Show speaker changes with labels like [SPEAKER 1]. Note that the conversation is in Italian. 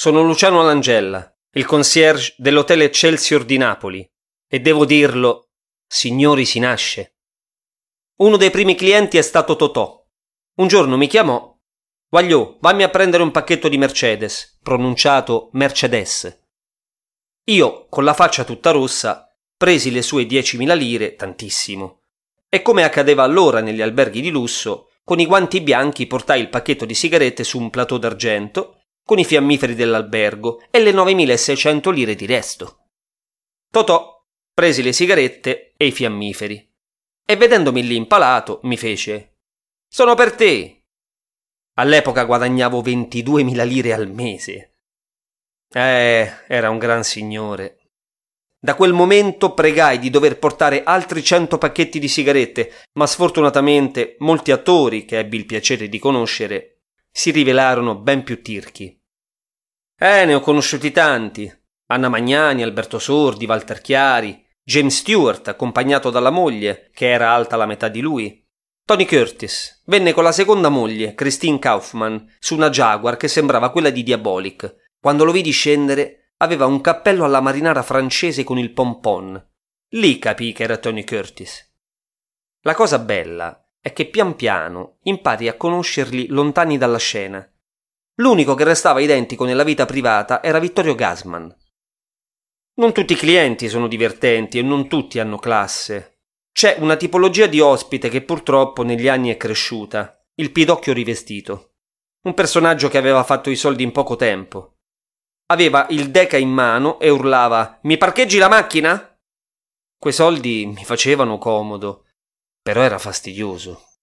[SPEAKER 1] Sono Luciano Langella, il concierge dell'Hotel Excelsior di Napoli, e devo dirlo, signori, si nasce. Uno dei primi clienti è stato Totò. Un giorno mi chiamò: «Guagliò, vammi a prendere un pacchetto di Mercedes», pronunciato Mercedes. Io, con la faccia tutta rossa, presi le sue 10.000 lire, tantissimo, e come accadeva allora negli alberghi di lusso, con i guanti bianchi portai il pacchetto di sigarette su un plateau d'argento, con i fiammiferi dell'albergo e le 9.600 lire di resto. Totò presi le sigarette e i fiammiferi, e vedendomi lì impalato mi fece: «Sono per te». All'epoca guadagnavo 22.000 lire al mese. Era un gran signore. Da quel momento pregai di dover portare altri 100 pacchetti di sigarette, ma sfortunatamente molti attori, che ebbi il piacere di conoscere, si rivelarono ben più tirchi. Ne ho conosciuti tanti: Anna Magnani, Alberto Sordi, Walter Chiari, James Stewart, accompagnato dalla moglie, che era alta la metà di lui. Tony Curtis venne con la seconda moglie, Christine Kaufman, su una Jaguar che sembrava quella di Diabolic. Quando lo vidi scendere, aveva un cappello alla marinara francese con il pompon. Lì capii che era Tony Curtis. La cosa bella è che pian piano impari a conoscerli lontani dalla scena. L'unico che restava identico nella vita privata era Vittorio Gassman. Non tutti i clienti sono divertenti e non tutti hanno classe. C'è una tipologia di ospite che purtroppo negli anni è cresciuta: il pidocchio rivestito. Un personaggio che aveva fatto i soldi in poco tempo. Aveva il deca in mano e urlava: «Mi parcheggi la macchina?» Quei soldi mi facevano comodo, però era fastidioso.